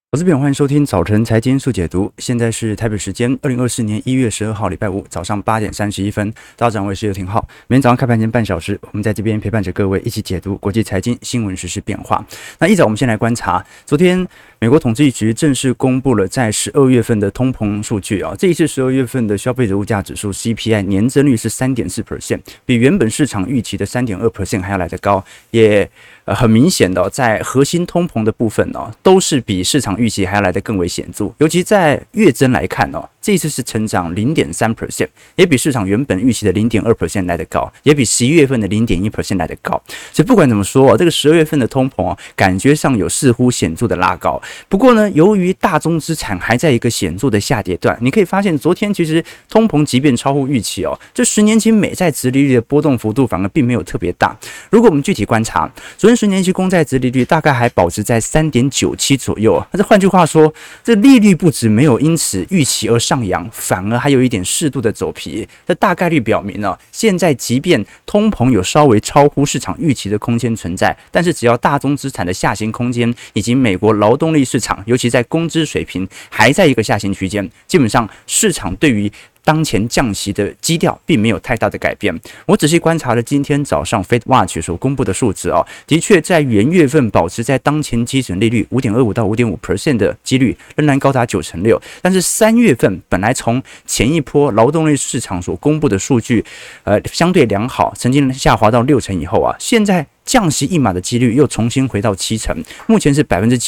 我是边，欢迎收听早晨财经速解读。现在是台北时间2024年1月12号礼拜五早上8点31分。大家早上，我是尤廷浩。每天早上开盘前半小时，我们在这边陪伴着各位一起解读国际财经新闻时事变化。那一早我们先来观察，昨天美国统计局正式公布了在12月份的通膨数据啊。这一次12月份的消费者物价指数 CPI 年增率是 3.4%， 比原本市场预期的 3.2% 还要来得高，也很明显的在核心通膨的部分都是比市场预期还要来得更为显著。尤其在月增来看这一次是成长 0.3%， 也比市场原本预期的 0.2% 来得高，也比11月份的 0.1% 来得高。所以不管怎么说这个12月份的通膨感觉上有似乎显著的拉高。不过呢，由于大宗资产还在一个显著的下跌段，你可以发现昨天其实通膨即便超乎预期这10年期美债殖利率的波动幅度反而并没有特别大。如果我们具体观察，昨天10年期公债殖利率大概还保持在 3.97 左右那这换句话说，这利率不止没有因此预期而上扬，反而还有一点适度的走皮。这大概率表明现在即便通膨有稍微超乎市场预期的空间存在，但是只要大宗资产的下行空间以及美国劳动力市场，尤其在工资水平还在一个下行区间，基本上市场对于当前降息的基调并没有太大的改变。我仔细观察了今天早上 FedWatch 所公布的数字的确在元月份保持在当前基准利率 5.25 到 5.5% 的几率仍然高达96%，但是3月份本来从前一波劳动力市场所公布的数据相对良好，曾经下滑到60%以后现在降息一码的几率又重新回到70%，目前是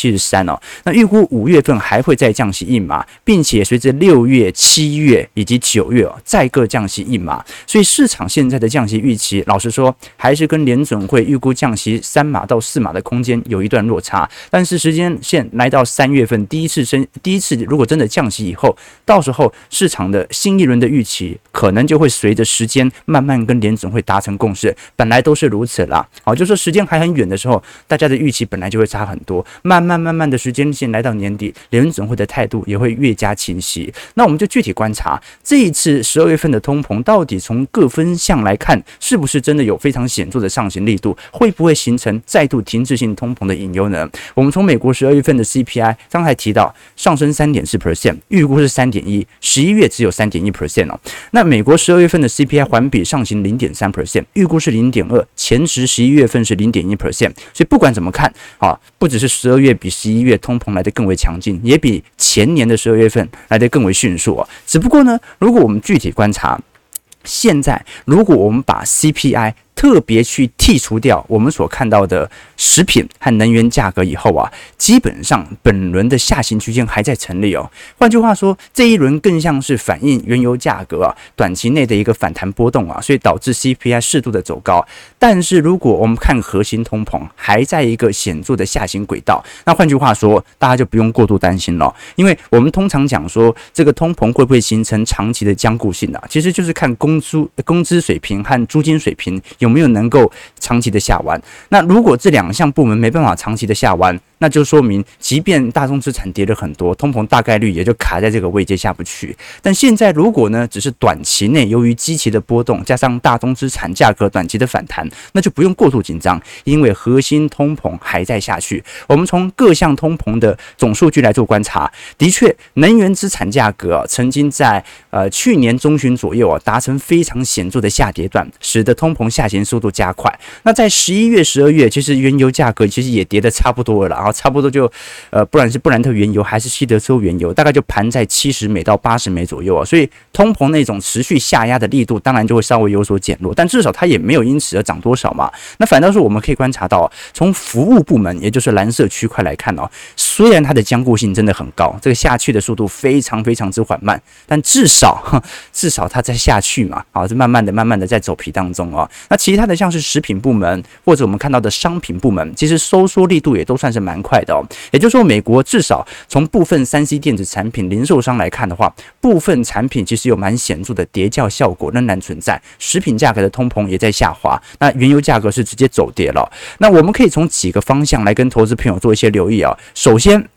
73%那预估5月份还会再降息一码，并且随着6月、7月以及9月再各降息一码。所以市场现在的降息预期，老实说还是跟联准会预估降息3码到4码的空间有一段落差。但是时间线来到3月份第一次如果真的降息以后，到时候市场的新一轮的预期可能就会随着时间慢慢跟联准会达成共识，本来都是如此啦。就说时间还很远的时候，大家的预期本来就会差很多，慢慢的时间线来到年底，联准会的态度也会越加清晰。那我们就具体观察这一次12月份的通膨到底从各分项来看，是不是真的有非常显著的上行力度，会不会形成再度停滞性通膨的隐忧呢？我们从美国12月份的 CPI 刚才提到上升 3.4%， 预估是 3.1%， 11月只有 3.1% 那美国12月份的 CPI 环比上行 0.3%， 预估是 0.2%， 前值11月份是 0.1%， 所以不管怎么看不只是12月比11月通膨来得更为强劲，也比前年的12月份来得更为迅速只不过呢，如果我们具体观察，现在如果我们把 CPI特别去剔除掉我们所看到的食品和能源价格以后基本上本轮的下行区间还在成立换句话说，这一轮更像是反映原油价格短期内的一个反弹波动所以导致 CPI 适度的走高。但是如果我们看核心通膨还在一个显著的下行轨道，那换句话说，大家就不用过度担心了。因为我们通常讲说这个通膨会不会形成长期的僵固性其实就是看工资水平和租金水平有没有能够长期的下弯。那如果这两项部门没办法长期的下弯，那就说明即便大宗资产跌了很多，通膨大概率也就卡在这个位阶下不去。但现在如果呢只是短期内由于基期的波动加上大宗资产价格短期的反弹，那就不用过度紧张，因为核心通膨还在下去。我们从各项通膨的总数据来做观察，的确能源资产价格曾经在去年中旬左右达成非常显著的下跌段，使得通膨下行速度加快。那在11月、12月，其实原油价格其实也跌得差不多了啦，差不多就不然是布兰特原油还是西德州原油，大概就盘在70美到80美左右所以通膨那种持续下压的力度当然就会稍微有所减弱，但至少它也没有因此而涨多少嘛。那反倒是我们可以观察到从服务部门也就是蓝色区块来看虽然它的僵固性真的很高，这个下去的速度非常非常之缓慢，但至少它在下去嘛是慢慢的在走皮当中那其他的像是食品部门或者我们看到的商品部门，其实收缩力度也都算是蛮快的也就是说，美国至少从部分 3C 电子产品零售商来看的话，部分产品其实有蛮显著的跌价效果仍然存在，食品价格的通膨也在下滑，那原油价格是直接走跌了。那我们可以从几个方向来跟投资朋友做一些留意首先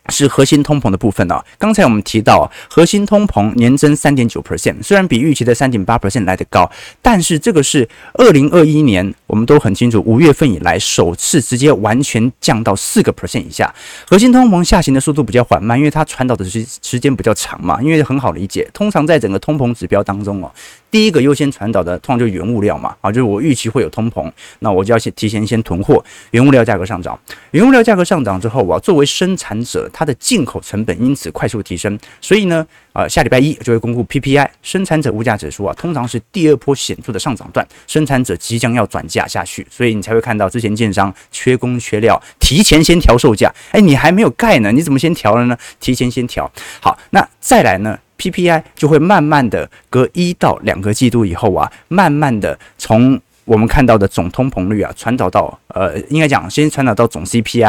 是核心通膨的部分哦。刚才我们提到，核心通膨年增 3.9%， 虽然比预期的 3.8% 来得高，但是这个是2021年我们都很清楚5月份以来首次直接完全降到4% 以下。核心通膨下行的速度比较缓慢，因为它传导的时间比较长嘛，因为很好理解，通常在整个通膨指标当中哦，第一个优先传导的通常就是原物料嘛，就是我预期会有通膨，那我就要提前先囤货，原物料价格上涨，原物料价格上涨之后啊，作为生产者，它的进口成本因此快速提升，所以呢，下礼拜一就会公布 PPI 生产者物价指数啊，通常是第二波显著的上涨段，生产者即将要转嫁下去，所以你才会看到之前建商缺工缺料，提前先调售价，你还没有盖呢，你怎么先调了呢？提前先调，好，那再来呢？PPI 就会慢慢的隔1到2个季度以后啊，慢慢的从我们看到的总通膨率啊，传导到应该讲先传导到总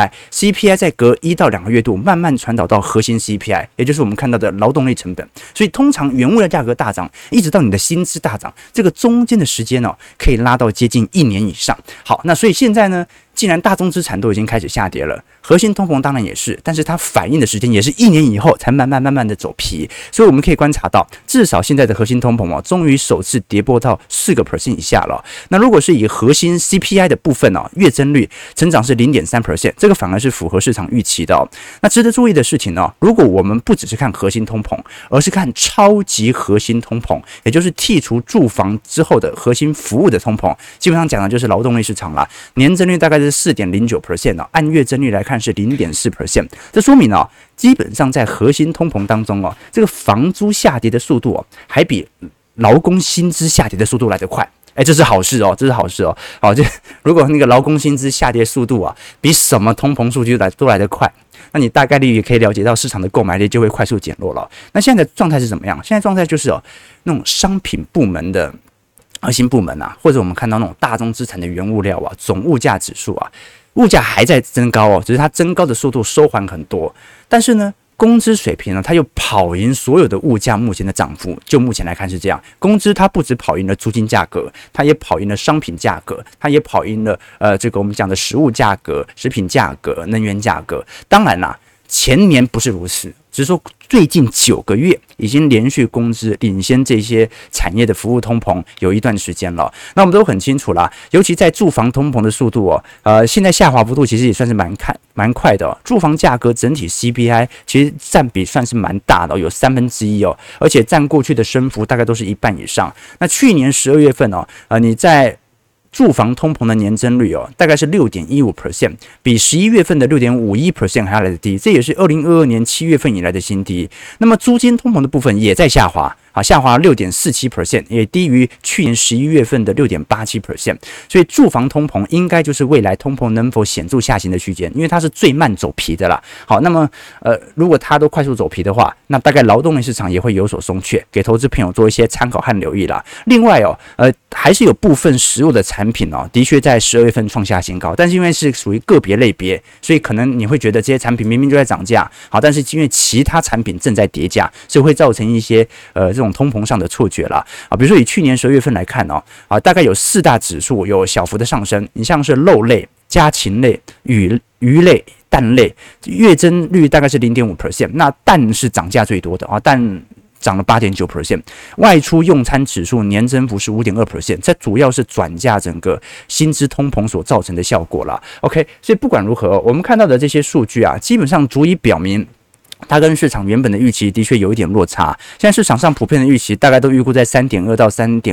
CPI 再隔1到2个月度慢慢传导到核心 CPI， 也就是我们看到的劳动力成本。所以通常原物料价格大涨，一直到你的薪资大涨，这个中间的时间哦，可以拉到接近1年以上。好，那所以现在呢，既然大宗资产都已经开始下跌了，核心通膨当然也是，但是它反映的时间也是1年以后才慢慢的走皮，所以我们可以观察到，至少现在的核心通膨终于首次跌破到4% 以下了。那如果是以核心 CPI 的部分月增率成长是 0.3%， 这个反而是符合市场预期的哦。那值得注意的事情呢，如果我们不只是看核心通膨，而是看超级核心通膨，也就是剔除住房之后的核心服务的通膨，基本上讲的就是劳动力市场啦，年增率大概是 4.09%， 按月增率来看是 0.4%， 这说明基本上在核心通膨当中这个房租下跌的速度还比劳工薪资下跌的速度来得快。这是好事哦，这是好事哦。好，如果那个劳工薪资下跌速度比什么通膨数据都来得快，那你大概率也可以了解到市场的购买力就会快速减弱了。那现在的状态是怎么样？现在状态就是那种商品部门的核心部门或者我们看到那种大宗资产的原物料总物价指数物价还在增高只是它增高的速度收缓很多，但是呢，工资水平它又跑赢所有的物价目前的涨幅，就目前来看是这样。工资它不只跑赢了租金价格，它也跑赢了商品价格，它也跑赢了这个我们讲的食物价格、食品价格、能源价格。当然啦，前年不是如此，只是说最近9个月已经连续工资领先这些产业的服务通膨有一段时间了。那我们都很清楚啦，尤其在住房通膨的速度现在下滑幅度其实也算是蛮快的住房价格整体 CPI 其实占比算是蛮大的有1/3而且占过去的升幅大概都是1半以上。那去年12月份你在住房通膨的年增率大概是 6.15%， 比11月份的 6.51% 还要来得低，这也是2022年7月份以来的新低。那么租金通膨的部分也在下滑，下滑 6.47%， 也低于去年11月份的 6.87%。所以住房通膨应该就是未来通膨能否显著下行的区间，因为它是最慢走皮的啦。好，那么如果它都快速走皮的话，那大概劳动力市场也会有所松懈，给投资朋友做一些参考和留意啦。另外还是有部分食物的产品的确在12月份创下新高，但是因为是属于个别类别，所以可能你会觉得这些产品明明就在涨价，好，但是因为其他产品正在跌价，所以会造成一些这种通膨上的错觉啦。比如说以去年12月份来看大概有4大指数有小幅的上升，你像是肉类、家禽类、鱼类、蛋类，月增率大概是 0.5%， 那蛋是涨价最多的蛋涨了 8.9%， 外出用餐指数年增幅是 5.2%， 这主要是转嫁整个薪资通膨所造成的效果啦。OK， 所以不管如何，我们看到的这些数据基本上足以表明它跟市场原本的预期的确有一点落差。现在市场上普遍的预期大概都预估在 3.2 到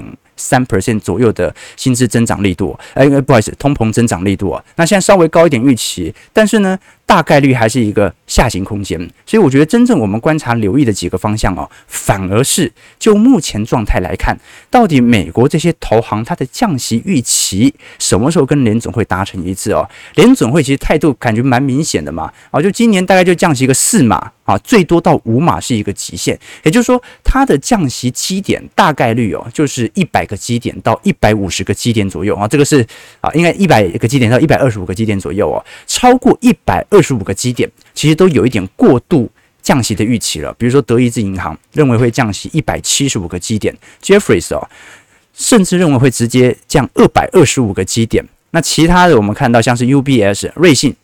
3.3% 左右的薪资增长力度，不好意思，通膨增长力度那现在稍微高一点预期，但是呢，大概率还是一个下行空间。所以我觉得真正我们观察留意的几个方向反而是就目前状态来看，到底美国这些投行它的降息预期什么时候跟联总会达成一致联总会其实态度感觉蛮明显的嘛就今年大概就降息个4码最多到5码是一个极限，也就是说它的降息基点大概率就是100个基点到150个基点左右这个是应该100个基点到125个基点左右超过125个基点其实都有一点过度降息的预期了。比如说德意志银行认为会降息175个基点 ，Jefferies 甚至认为会直接降225个基点。那其他的我们看到像是 UBS、瑞信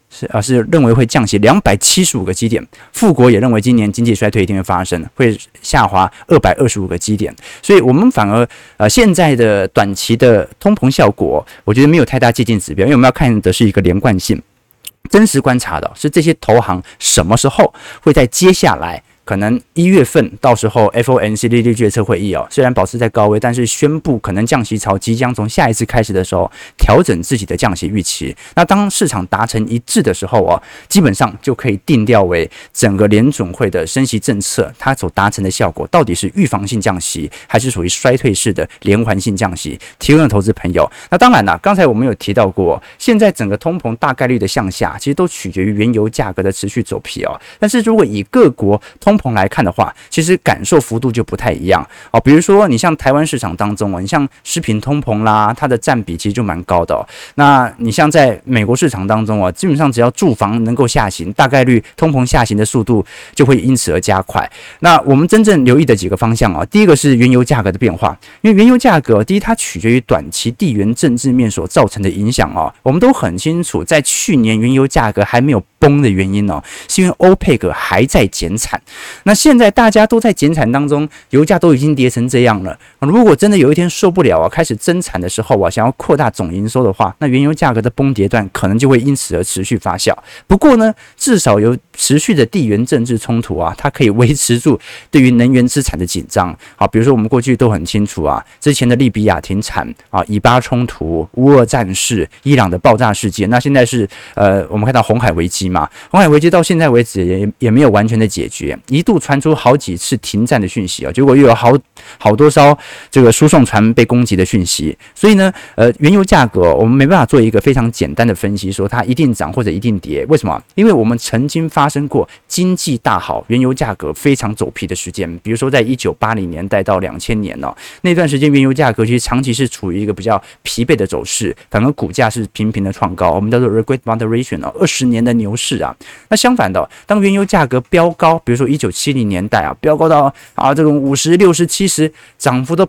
是认为会降息275个基点，富国也认为今年经济衰退一定会发生，会下滑225个基点，所以我们反而现在的短期的通膨效果，我觉得没有太大接近指标，因为我们要看的是一个连贯性。真实观察的是这些投行什么时候会在接下来可能1月份，到时候 FOMC 利率决策会议虽然保持在高位，但是宣布可能降息潮即将从下一次开始的时候调整自己的降息预期。那当市场达成一致的时候基本上就可以定调为整个联准会的升息政策它所达成的效果到底是预防性降息，还是属于衰退式的连环性降息。提问的投资朋友，那当然啦，刚才我们有提到过，现在整个通膨大概率的向下，其实都取决于原油价格的持续走皮但是如果以各国通膨来看的话，其实感受幅度就不太一样比如说你像台湾市场当中你像食品通膨啦，它的占比其实就蛮高的那你像在美国市场当中基本上只要住房能够下行，大概率通膨下行的速度就会因此而加快。那我们真正留意的几个方向第一个是原油价格的变化，因为原油价格第一它取决于短期地缘政治面所造成的影响我们都很清楚，在去年原油价格还没有崩的原因是因为欧佩克还在减产。那现在大家都在减产当中，油价都已经跌成这样了。如果真的有一天受不了开始增产的时候想要扩大总营收的话，那原油价格的崩跌段可能就会因此而持续发酵。不过呢，至少有持续的地缘政治冲突它可以维持住对于能源资产的紧张。比如说我们过去都很清楚之前的利比亚停产以巴冲突、乌俄战事、伊朗的爆炸事件，那现在是我们看到红海危机嘛，红海危机到现在为止也没有完全的解决，一度传出好几次停战的讯息结果又有好多艘这个输送船被攻击的讯息。所以呢原油价格我们没办法做一个非常简单的分析说它一定涨或者一定跌。为什么？因为我们曾经发生过经济大好原油价格非常走皮的时间，比如说在1980年代到2000年那段时间原油价格其实长期是处于一个比较疲惫的走势，反而股价是频频的创高，我们叫做 Great Moderation 20年的牛市那相反的当原油价格飙高，比如说1970年代飙高到这种50、60、70，涨幅都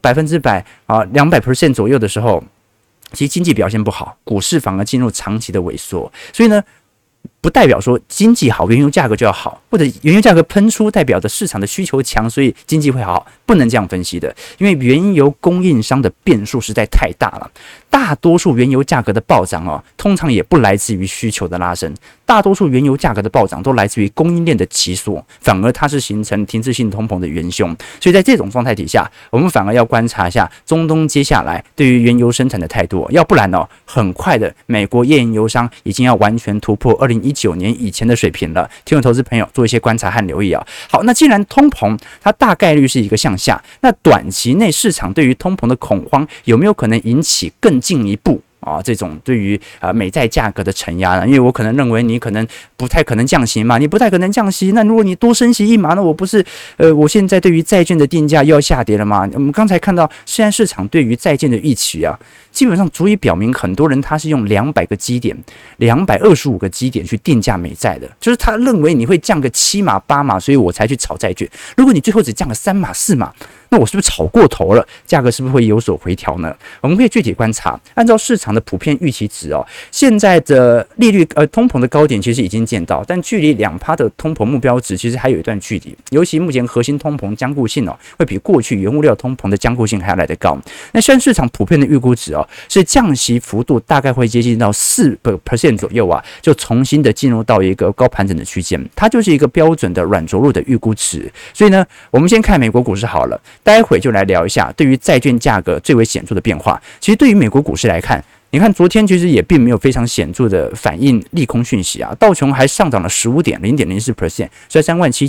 100%、200% 左右的时候，其实经济表现不好，股市反而进入长期的萎缩。所以呢，不代表说经济好原油价格就要好，或者原油价格喷出代表着市场的需求强，所以经济会好，不能这样分析的。因为原油供应商的变数实在太大了，大多数原油价格的暴涨通常也不来自于需求的拉升，大多数原油价格的暴涨都来自于供应链的急缩，反而它是形成停滞性通膨的元凶。所以在这种状态底下，我们反而要观察一下中东接下来对于原油生产的态度，要不然很快的美国页岩油商已经要完全突破2019年以前的水平了。听众投资朋友做一些观察和留意好，那既然通膨它大概率是一个向下，那短期内市场对于通膨的恐慌有没有可能引起更进一步这种对于美债价格的承压呢？因为我可能认为你可能不太可能降息嘛，你不太可能降息，那如果你多升息一码，那我不是我现在对于债券的定价又要下跌了吗？我们刚才看到，现在市场对于债券的预期基本上足以表明很多人他是用200个基点、225个基点去定价美债的，就是他认为你会降个7码、8码，所以我才去炒债券。如果你最后只降个3码、4码，那我是不是炒过头了？价格是不是会有所回调呢？我们可以具体观察，按照市场的普遍预期值现在的利率通膨的高点其实已经见到，但距离2%的通膨目标值其实还有一段距离。尤其目前核心通膨坚固性会比过去原物料通膨的坚固性还要来得高。那现在市场普遍的预估值是降息幅度大概会接近到4% 左右就重新的进入到一个高盘整的区间，它就是一个标准的软着陆的预估值。所以呢，我们先看美国股市好了，待会就来聊一下对于债券价格最为显著的变化。其实对于美国股市来看，你看昨天其实也并没有非常显著的反映利空讯息道琼还上涨了15点 0.04%， 在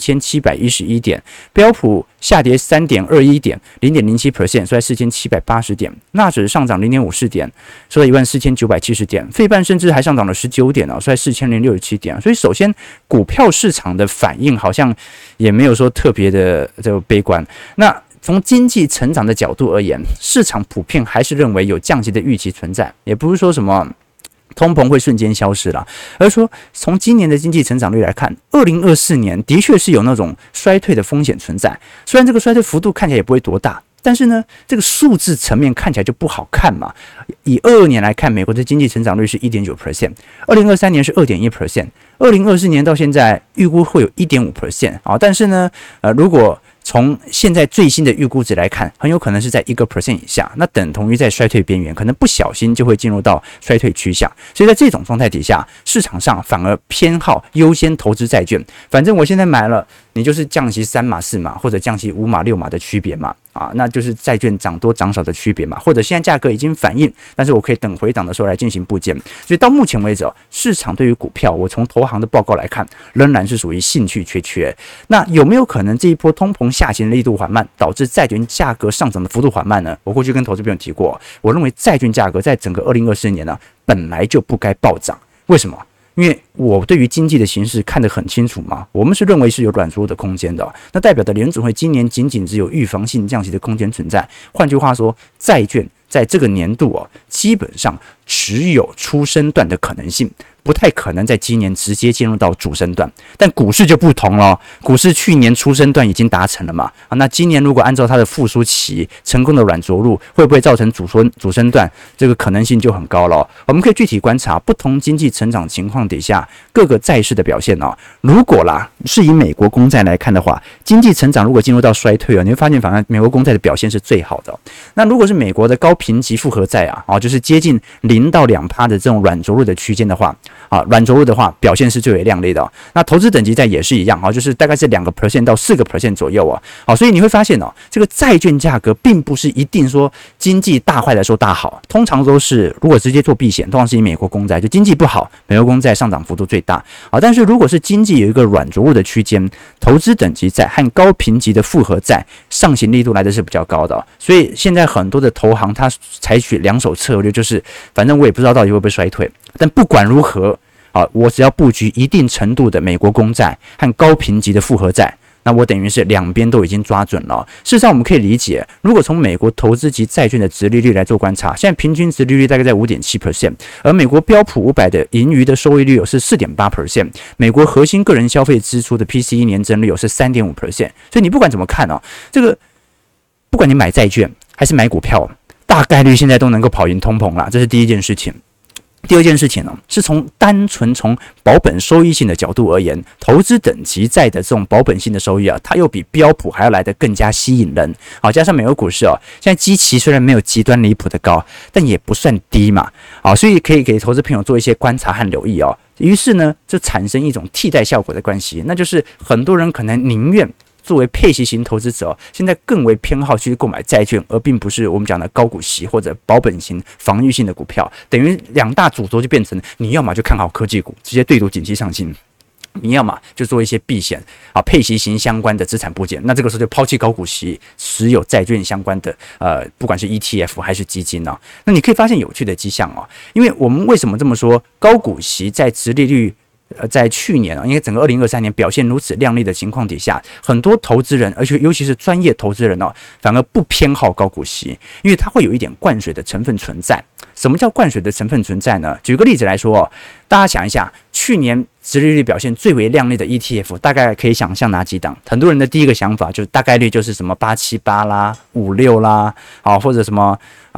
37711点，标普下跌3.21点 0.07%， 在4780点，纳指上涨0.54点，收在14970点，费半甚至还上涨了19点收在4067点。所以首先股票市场的反应好像也没有说特别的这个悲观。那从经济成长的角度而言，市场普遍还是认为有降息的预期存在，也不是说什么通膨会瞬间消失了，而是说从今年的经济成长率来看，2024年的确是有那种衰退的风险存在，虽然这个衰退幅度看起来也不会多大。 但是呢，这个数字层面看起来就不好看嘛。以22年来看，美国的经济成长率是 1.9%，2023年是 2.1%，2024年到现在预估会有 1.5% 啊。但是呢，如果从现在最新的预估值来看，很有可能是在1% 以下，那等同于在衰退边缘，可能不小心就会进入到衰退趋向。所以在这种状态底下，市场上反而偏好优先投资债券。反正我现在买了，你就是降息3码4码或者降息5码6码的区别嘛，那就是债券涨多涨少的区别嘛，或者现在价格已经反映，但是我可以等回档的时候来进行布件。所以到目前为止，市场对于股票，我从投行的报告来看，仍然是属于兴趣缺缺。那有没有可能这一波通膨下行的力度缓慢，导致债券价格上涨的幅度缓慢呢？我过去跟投资朋友提过，我认为债券价格在整个2024年呢，本来就不该暴涨。为什么？因为我对于经济的形势看得很清楚嘛，我们是认为是有软着陆的空间的，那代表的联准会今年仅仅只有预防性降息的空间存在。换句话说，债券在这个年度基本上只有初升段的可能性，不太可能在今年直接进入到主升段。但股市就不同了，股市去年初升段已经达成了嘛，那今年如果按照它的复苏期成功的软着陆，会不会造成主升段？这个可能性就很高了。我们可以具体观察不同经济成长情况底下各个债市的表现哦。如果啦是以美国公债来看的话，经济成长如果进入到衰退你会发现反而美国公债的表现是最好的。那如果是美国的高评级复合债就是接近0到2%的这种软着陆的区间的话，软着陆的话表现是最为亮丽的。那投资等级债也是一样就是大概是2% 到4% 左右所以你会发现这个债券价格并不是一定说经济大坏的时候大好，通常都是如果直接做避险，通常是以美国公债，就经济不好，美国公债上涨幅度最大但是如果是经济有一个软着陆的区间，投资等级债和高评级的复合债上行力度来的是比较高的所以现在很多的投行它采取2手策略，就是反正我也不知道到底会不会衰退，但不管如何我只要布局一定程度的美国公债和高评级的复合债，那我等于是两边都已经抓准了事实上我们可以理解，如果从美国投资级债券的殖利率来做观察，现在平均殖利率大概在 5.7%， 而美国标普500的盈余的收益率是 4.8%， 美国核心个人消费支出的 PCE 年增率是 3.5%， 所以你不管怎么看这个不管你买债券还是买股票，大概率现在都能够跑赢通膨啦，这是第一件事情。第二件事情是单纯从保本收益性的角度而言，投资等级债的这种保本性的收益它又比标普还要来得更加吸引人。加上美国股市现在基期虽然没有极端离谱的高，但也不算低嘛。所以可以给投资朋友做一些观察和留意于是呢，就产生一种替代效果的关系，那就是很多人可能宁愿作为配息型投资者现在更为偏好去购买债券，而并不是我们讲的高股息或者保本型防御性的股票。等于2大主轴就变成你要么就看好科技股，直接对赌景气上行，你要嘛就做一些避险配息型相关的资产部件，那这个时候就抛弃高股息持有债券相关的不管是 ETF 还是基金那你可以发现有趣的迹象因为我们为什么这么说，高股息在殖利率在去年因为整个2023年表现如此亮丽的情况底下，很多投资人，而且尤其是专业投资人反而不偏好高股息，因为它会有一点灌水的成分存在。什么叫灌水的成分存在呢？举个例子来说大家想一下，去年殖利率表现最为亮丽的 ETF， 大概可以想象哪几档？很多人的第一个想法就是大概率就是什么878啦、56啦，或者什么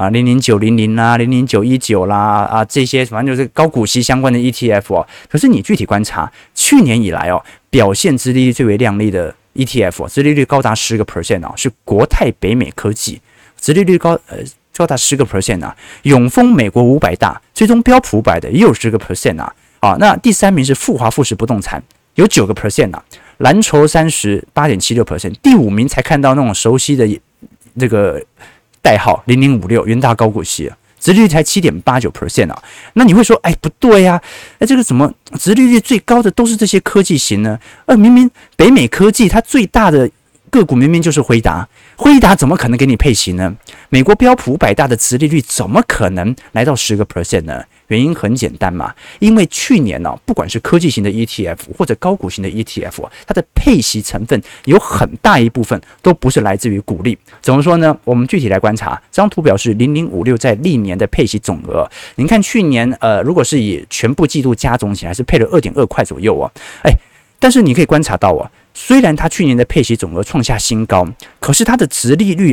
00900啦、00919啦这些反正就是高股息相关的 ETF。可是你具体观察，去年以来表现殖利率最为亮丽的 ETF， 殖利率高达 10% 是国泰北美科技，殖利率高达 10% 永丰美国500大，最终标普500的也有 10% 那第3名是富华富时不动产，有 9% 蓝筹30 8.76%， 第5名才看到那种熟悉的这个代号0056元大高股息殖利率才 7.89% 那你会说不对这个怎么殖利率最高的都是这些科技型呢？明明北美科技它最大的个股明明就是辉达怎么可能给你配息呢？美国标普500大的殖利率怎么可能来到 10% 呢？原因很简单嘛，因为去年不管是科技型的 ETF 或者高股型的 ETF， 它的配息成分有很大一部分都不是来自于股利。怎么说呢？我们具体来观察，这张图表示0056在历年的配息总额。您看去年如果是以全部季度加总起来是配了 2.2 块左右但是你可以观察到虽然它去年的配息总额创下新高，可是它的殖利率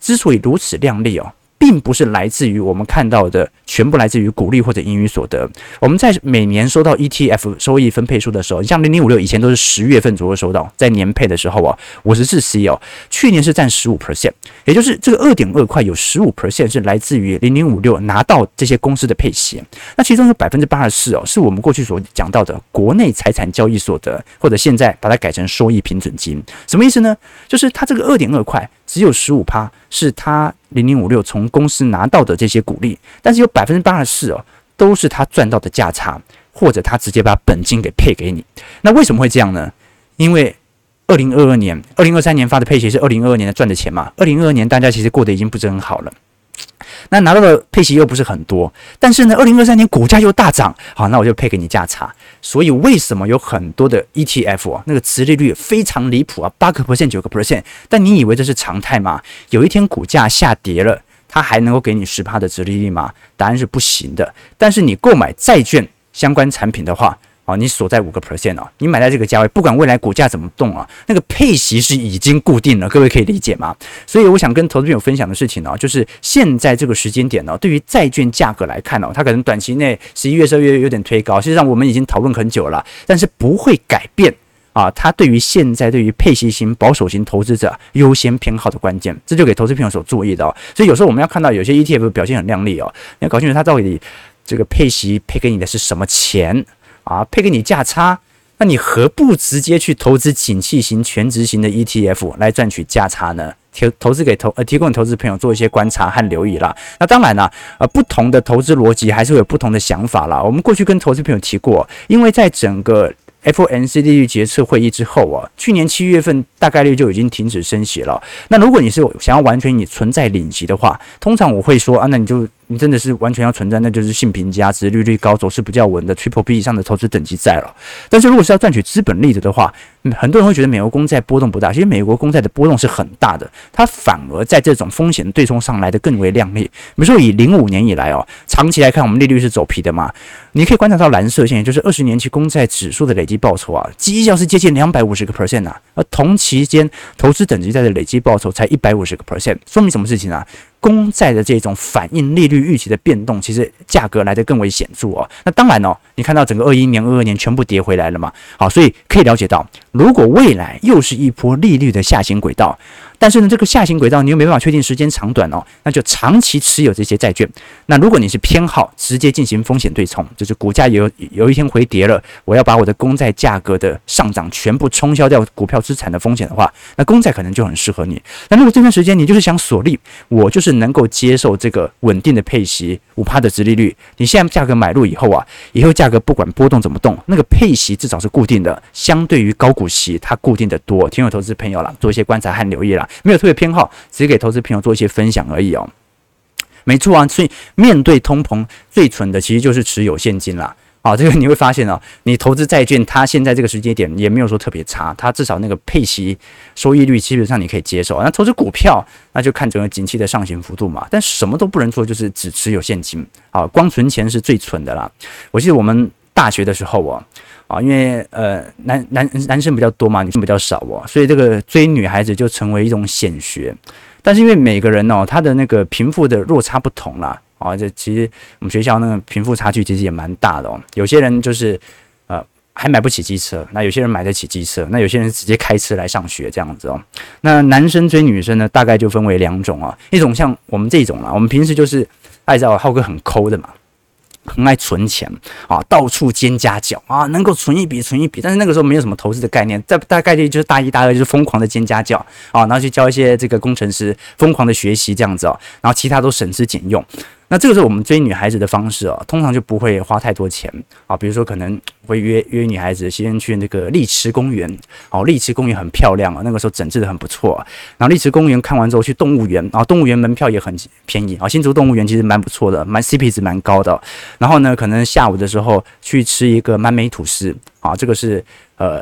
之所以如此亮丽哦，并不是来自于我们看到的全部来自于股利或者盈余所得。我们在每年收到 ETF 收益分配书的时候，像0056以前都是10月份左右收到，在年配的时候啊，54C 哦，去年是占15%，也就是这个2.2块有15%是来自于0056拿到这些公司的配息。那其中有84%哦，是我们过去所讲到的国内财产交易所得，或者现在把它改成收益平准金。什么意思呢？就是它这个2.2块只有15%是它0056从公司拿到的这些股利，但是有84%哦，都是他赚到的价差，或者他直接把本金给配给你。那为什么会这样呢？因为2022年、2023年发的配息是2022年的赚的钱嘛，2022年大家其实过得已经不是很好了。那拿到的配息又不是很多，但是呢，2023年股价又大涨，好，那我就配给你价差。所以为什么有很多的 ETF 啊，那个殖利率非常离谱啊，8%、9%，但你以为这是常态吗？有一天股价下跌了，它还能够给你10%的殖利率吗？答案是不行的。但是你购买债券相关产品的话，你锁在5%哦，你买在这个价位，不管未来股价怎么动啊，那个配息是已经固定了，各位可以理解吗？所以我想跟投资朋友分享的事情呢，就是现在这个时间点呢，对于债券价格来看哦，它可能短期内11月、12月有点推高，事实上我们已经讨论很久了，但是不会改变它对于现在对于配息型保守型投资者优先偏好的关键，这就给投资朋友所注意的哦。所以有时候我们要看到有些 ETF 表现很亮丽哦，你要搞清楚它到底这个配息配给你的是什么钱。配给你价差，那你何不直接去投资景气型、全值型的 ETF 来赚取价差呢？投资给提供给投资朋友做一些观察和留意啦。那当然啦，不同的投资逻辑还是会有不同的想法啦。我们过去跟投资朋友提过，因为在整个FOMC 利率决策会议之后去年7月份大概率就已经停止升息了。那如果你是想要完全你存在领息的话，通常我会说那你真的是完全要存在，那就是信评佳、殖利率高、走势比较稳的 Triple B 以上的投资等级债了。但是如果是要赚取资本利得的话，很多人会觉得美国公债波动不大，其实美国公债的波动是很大的，它反而在这种风险对冲上来的更为亮丽。比如说以05年以来长期来看，我们利率是走皮的嘛，你可以观察到蓝色线，也就是20年期公债指数的累积报酬绩效是接近250% 而同期间投资等级债的累积报酬才150%，说明什么事情啊？公债的这种反映利率预期的变动，其实价格来得更为显著那当然你看到整个21年、22年全部跌回来了嘛？好，所以可以了解到，如果未来又是一波利率的下行轨道，但是呢，这个下行轨道你又没办法确定时间长短那就长期持有这些债券。那如果你是偏好直接进行风险对冲，就是股价有一天回跌了，我要把我的公债价格的上涨全部冲销掉股票资产的风险的话，那公债可能就很适合你。那如果这段时间你就是想锁利，我就是能够接受这个稳定的配息5%的殖利率，你现在价格买入以后以后价格不管波动怎么动，那个配息至少是固定的，相对于高股息它固定的多。听我投资朋友啦，做一些观察和留意啦，没有特别偏好，只是给投资朋友做一些分享而已没错所以面对通膨最蠢的其实就是持有现金啦。这个你会发现你投资债券，它现在这个时间点也没有说特别差，它至少那个配息收益率基本上你可以接受。那投资股票，那就看整个景气的上行幅度嘛。但什么都不能做，就是只持有现金。光存钱是最蠢的啦。我记得我们大学的时候因为男生比较多嘛，女生比较少所以这个追女孩子就成为一种显学。但是因为每个人他的那个贫富的落差不同啦。这其实我们学校那个贫富差距其实也蛮大的有些人就是还买不起机车，那有些人买得起机车，那有些人直接开车来上学这样子那男生追女生呢，大概就分为2种一种像我们这种我们平时就是爱知道浩哥很抠的嘛，很爱存钱到处兼家教能够存一笔，但是那个时候没有什么投资的概念，大概率就是大1、大2就是疯狂的兼家教然后去教一些这个工程师，疯狂的学习这样子然后其他都省吃俭用。那这个时候我们追女孩子的方式通常就不会花太多钱比如说可能会约女孩子先去那个丽池公园丽池公园很漂亮那个时候整治的很不错然后丽池公园看完之后去动物园动物园门票也很便宜新竹动物园其实蛮不错的，CP 值蛮高的然后呢可能下午的时候去吃一个满美吐司这个是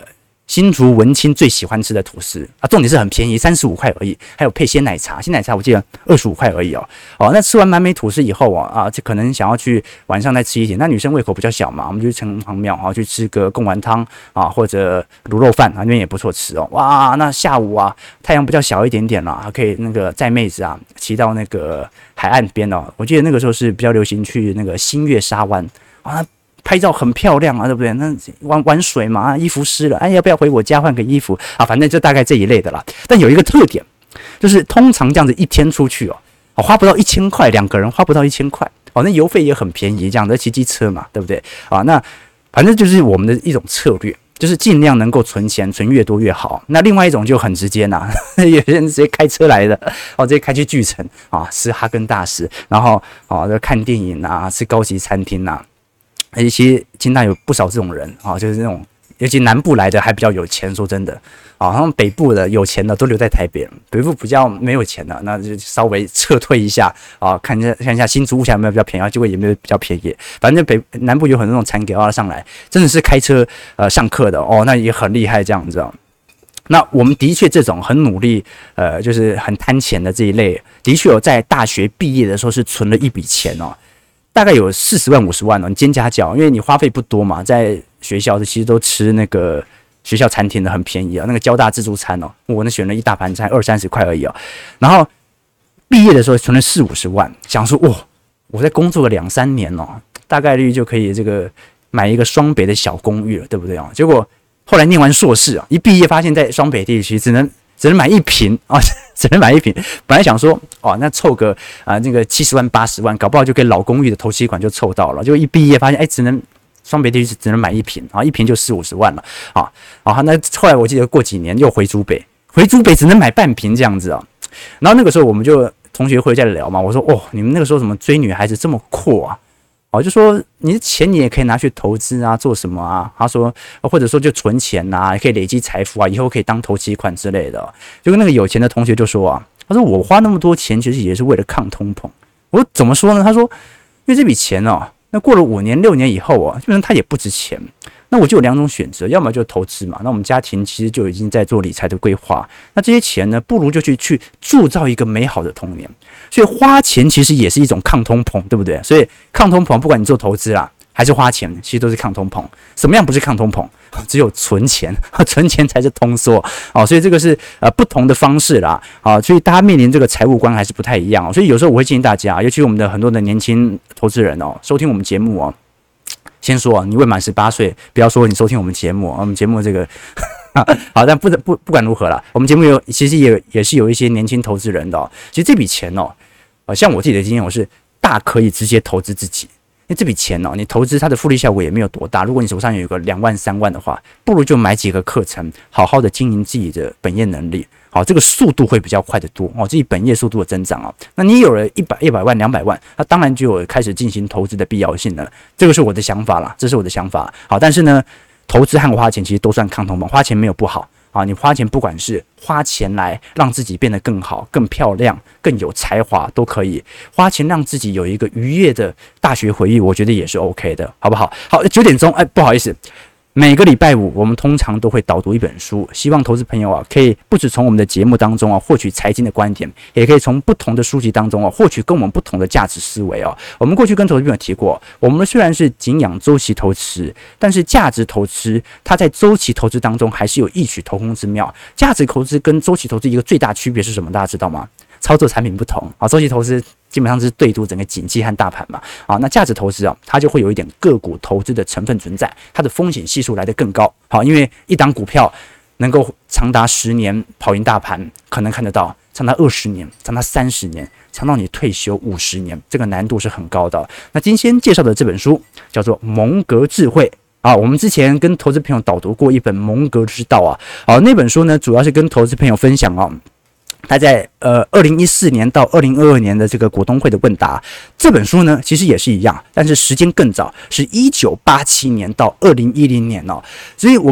新竹文青最喜欢吃的吐司啊，重点是很便宜，35块而已，还有配鲜奶茶，鲜奶茶我记得25块而已哦。那吃完满美吐司以后就可能想要去晚上再吃一点，那女生胃口比较小嘛，我们就去城隍庙去吃个贡丸汤或者卤肉饭那边也不错吃哦。哇，那下午太阳比较小一点点了，可以那个载妹子骑到那个海岸边哦。我记得那个时候是比较流行去那个新月沙湾拍照很漂亮对不对？那玩水嘛，衣服湿了，要不要回我家换个衣服反正就大概这一类的啦。但有一个特点，就是通常这样子一天出去花不到1000块，2个人花不到1000块那油费也很便宜，这样的骑机车嘛，对不对那反正就是我们的一种策略，就是尽量能够存钱，存越多越好。那另外一种就很直接有些人直接开车来的直接开去巨城吃哈根达斯，然后看电影吃高级餐厅其实清大有不少这种人就是那种，尤其南部来的还比较有钱，说真的他们北部的有钱的都留在台北了，北部比较没有钱的，那就稍微撤退一下看一下新竹物价有没有比较便宜，结果也没有比较便宜。反正南部有很多那种残给上来，真的是开车上课的那也很厉害这样子那我们的确这种很努力就是很贪钱的这一类，的确有在大学毕业的时候是存了一笔钱大概有40万50万你兼家教，因为你花费不多嘛，在学校其实都吃那个学校餐厅的，很便宜那个交大自助餐我那选了一大盘菜，20-30块而已然后毕业的时候存了40-50万，想说我在工作个2-3年大概率就可以这个买一个双北的小公寓了，对不对结果后来念完硕士一毕业发现，在双北地区只能买一坪只能买一坪。本来想说那凑个那个70万80万，搞不好就给老公寓的头期款就凑到了。结果一毕业发现，只能双北地区只能买一坪一坪就40-50万了那后来我记得过几年又回竹北只能买半坪这样子然后那个时候我们就同学会在聊嘛，我说你们那个时候怎么追女孩子这么阔就说你的钱你也可以拿去投资做什么他说或者说就存钱也可以累积财富以后可以当头期款之类的就跟那个有钱的同学就说他说我花那么多钱其实也是为了抗通膨。我怎么说呢？他说因为这笔钱那过了5年6年以后基本上它也不值钱，那我就有2种选择，要么就投资嘛，那我们家庭其实就已经在做理财的规划，那这些钱呢不如就去铸造一个美好的童年。所以花钱其实也是一种抗通膨，对不对？所以抗通膨不管你做投资还是花钱，其实都是抗通膨。什么样不是抗通膨？只有存钱，存钱才是通缩所以这个是不同的方式啦所以大家面临这个财务观还是不太一样所以有时候我会建议大家，尤其我们的很多的年轻投资人收听我们节目先说你未满18岁，不要说你收听我们节目我们节目这个好，但不管如何啦，我们节目其实也是有一些年轻投资人的其实这笔钱像我自己的经验，我是大可以直接投资自己。因为这笔钱你投资它的复利效果也没有多大。如果你手上有一个2万3万的话，不如就买几个课程，好好的经营自己的本业能力。好，这个速度会比较快得多自己本业速度的增长那你有了100万200万，那当然就有开始进行投资的必要性了。这个是我的想法啦，这是我的想法。好，但是呢，投资和花钱其实都算抗通膨，花钱没有不好。你花钱不管是花钱来让自己变得更好、更漂亮、更有才华都可以，花钱让自己有一个愉悦的大学回忆，我觉得也是 OK 的，好不好？好，9点钟，不好意思。每个礼拜五，我们通常都会导读一本书，希望投资朋友可以不只从我们的节目当中获取财经的观点，也可以从不同的书籍当中获取跟我们不同的价值思维我们过去跟投资朋友提过，我们虽然是敬仰周期投资，但是价值投资它在周期投资当中还是有异曲同工之妙。价值投资跟周期投资一个最大区别是什么？大家知道吗？操作产品不同周期投资基本上是对赌整个景气和大盘嘛那价值投资它就会有一点个股投资的成分存在，它的风险系数来得更高因为一档股票能够长达10年跑赢大盘，可能看得到长达20年，长达30年，长到你退休50年，这个难度是很高的那今天介绍的这本书叫做《蒙格智慧》我们之前跟投资朋友导读过一本《蒙格之道》那本书呢主要是跟投资朋友分享他在2014年到2022年的这个股东会的问答，这本书呢其实也是一样，但是时间更早，是1987年到2010年所以我们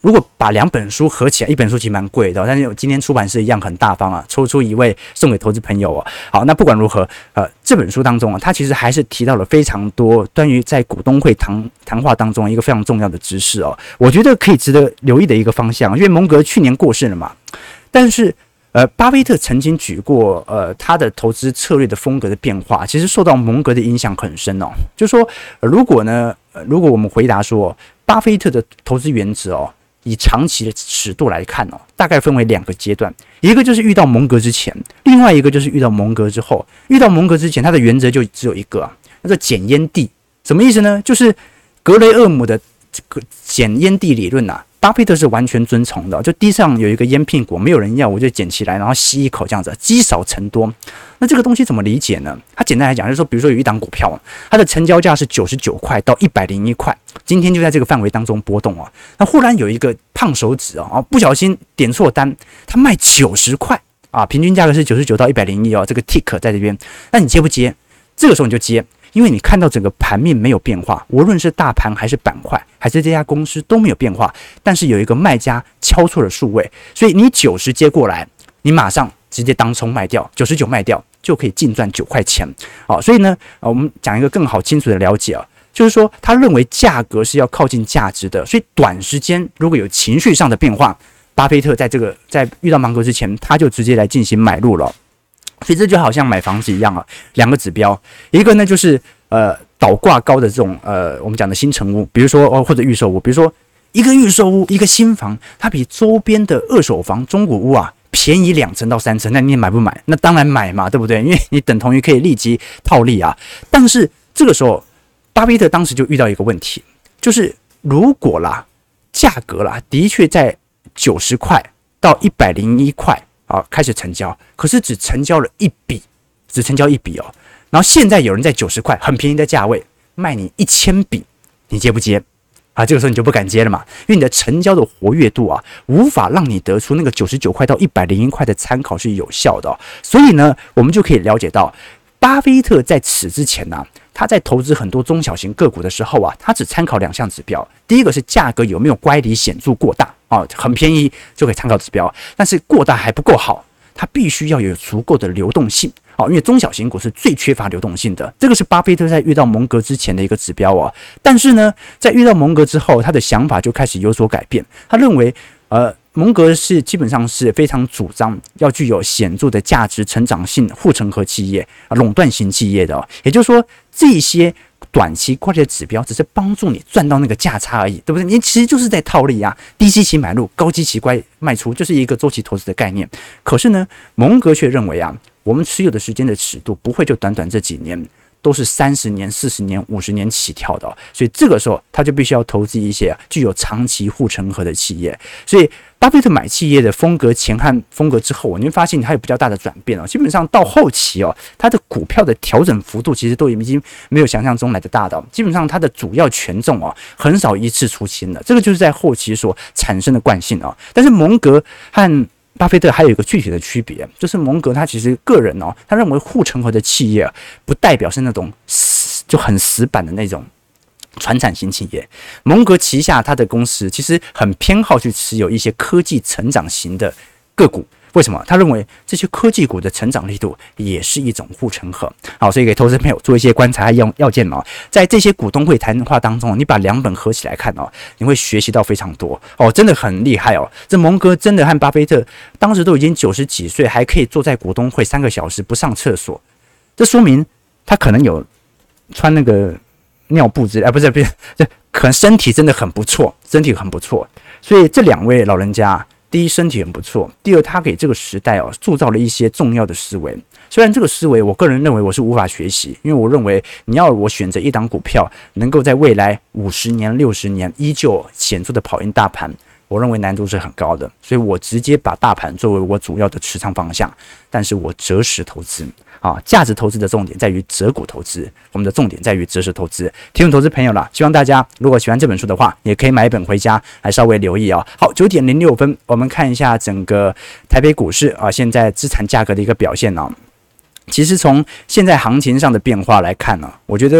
如果把2本书合起来，一本书其实蛮贵的，但是今天出版社一样很大方啊，抽出1位送给投资朋友哦。好，那不管如何，这本书当中啊，它其实还是提到了非常多关于在股东会谈话当中一个非常重要的知识哦，我觉得可以值得留意的一个方向，因为蒙格去年过世了嘛，但是巴菲特曾经举过他的投资策略的风格的变化，其实受到蒙格的影响很深哦。就是说，如果我们回答说，巴菲特的投资原则哦，以长期的尺度来看哦，大概分为2个阶段，一个就是遇到蒙格之前，另外一个就是遇到蒙格之后。遇到蒙格之前，他的原则就只有一个啊，叫做捡烟蒂。什么意思呢？就是格雷厄姆的这个捡烟蒂理论啊，巴菲特是完全遵从的。就地上有一个烟屁股，没有人要，我就捡起来，然后吸一口，这样子，积少成多。那这个东西怎么理解呢？它简单来讲就是说，比如说有一档股票，它的成交价是99块到101块，今天就在这个范围当中波动啊。那忽然有一个胖手指啊，不小心点错单，它卖90块啊，平均价格是99到101哦，这个 tick 在这边，那你接不接？这个时候你就接。因为你看到整个盘面没有变化，无论是大盘还是板块还是这家公司都没有变化，但是有一个卖家敲错了数位，所以你90接过来，你马上直接当冲卖掉，99卖掉就可以净赚9块钱。所以呢，我们讲一个更好清楚的了解啊，就是说他认为价格是要靠近价值的，所以短时间如果有情绪上的变化，巴菲特在遇到芒格之前，他就直接来进行买入了。所以这就好像买房子一样啊，2个指标，一个呢就是倒挂高的这种我们讲的新成屋，比如说或者预售屋，比如说一个预售屋一个新房，它比周边的二手房中古屋啊便宜2成到3成，那你买不买？那当然买嘛，对不对？因为你等同于可以立即套利啊。但是这个时候，巴菲特当时就遇到一个问题，就是如果啦价格啦的确在90块到101块。开始成交，可是只成交了1笔，哦。然后现在有人在90块很便宜的价位卖你1000笔，你接不接？这个时候你就不敢接了嘛，因为你的成交的活跃度啊，无法让你得出那个99块到101块的参考是有效的。所以呢，我们就可以了解到，巴菲特在此之前呢，他在投资很多中小型个股的时候啊，他只参考2项指标，第一个是价格有没有乖离显著过大。很便宜就可以参考指标，但是过大还不够好，它必须要有足够的流动性。因为中小型股是最缺乏流动性的，这个是巴菲特在遇到蒙格之前的一个指标哦。但是呢，在遇到蒙格之后，他的想法就开始有所改变。他认为，蒙格是基本上是非常主张要具有显著的价值成长性护城河企业、垄断型企业的。也就是说，这些短期快的指标只是帮助你赚到那个价差而已，对不对？你其实就是在套利啊，低基期买入，高基期卖出，就是一个周期投资的概念。可是呢，蒙格却认为啊，我们持有的时间的尺度不会就短短这几年，都是30年、40年、50年起跳的。所以这个时候他就必须要投资一些具有长期护城河的企业。所以巴菲特买企业的风格前和风格之后，你会发现它有比较大的转变。基本上到后期它的股票的调整幅度其实都已经没有想象中来的大的。基本上它的主要权重很少一次出清了，这个就是在后期所产生的惯性。但是蒙格和巴菲特还有一个具体的区别，就是蒙格他其实个人他认为护城河的企业不代表是那种就很死板的那种传产型企业。蒙格旗下他的公司其实很偏好去持有一些科技成长型的个股。为什么？他认为这些科技股的成长力度也是一种护城河。好，所以给投资朋友做一些观察和要件在这些股东会谈话当中，你把2本合起来看你会学习到非常多真的很厉害这蒙格真的和巴菲特当时都已经90几岁，还可以坐在股东会3个小时不上厕所，这说明他可能有穿那个尿布之类，不是，这可能身体真的很不错，所以这2位老人家。第一，身体很不错；第二，他给这个时代塑造了一些重要的思维。虽然这个思维，我个人认为我是无法学习，因为我认为你要我选择一档股票能够在未来50年、60年依旧显著的跑赢大盘，我认为难度是很高的。所以我直接把大盘作为我主要的持仓方向，但是我择时投资。价值投资的重点在于择股投资，我们的重点在于择时投资。提醒投资朋友啦，希望大家如果喜欢这本书的话，也可以买一本回家来稍微留意好，9点06分，我们看一下整个台北股市现在资产价格的一个表现其实从现在行情上的变化来看我觉得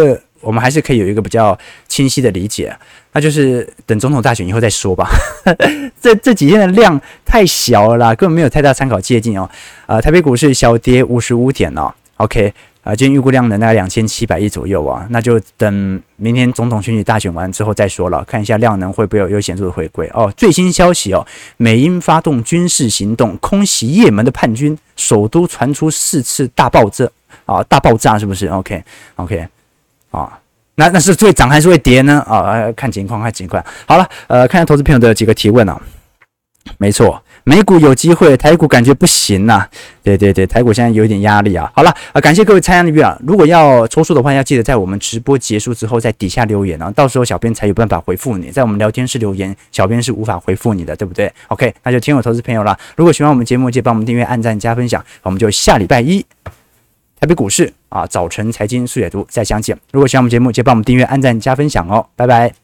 我们还是可以有一个比较清晰的理解，那就是等总统大选以后再说吧。这几天的量太小了啦，根本没有太大参考借鉴哦。台北股市小跌55点哦。OK。今天预估量能大概2700亿左右啊，那就等明天总统选举大选完之后再说了，看一下量能会不会有显著的回归哦。最新消息哦，美英发动军事行动，空袭也门的叛军，首都传出4次大爆炸是不是 ？OK 啊，那是会涨还是会跌呢？看情况。好了，看下投资朋友的几个提问啊。没错，美股有机会，台股感觉不行啊。对，台股现在有一点压力啊。好了，感谢各位参与啊。如果要抽数的话，要记得在我们直播结束之后在底下留言啊，到时候小编才有办法回复你。在我们聊天室留言，小编是无法回复你的，对不对 ？OK， 那就听我投资朋友啦。如果喜欢我们节目，记得帮我们订阅、按赞、加分享。我们就下礼拜一台北股市早晨财经速解读再相见。如果喜欢我们节目，记得帮我们订阅、按赞、加分享哦。拜拜。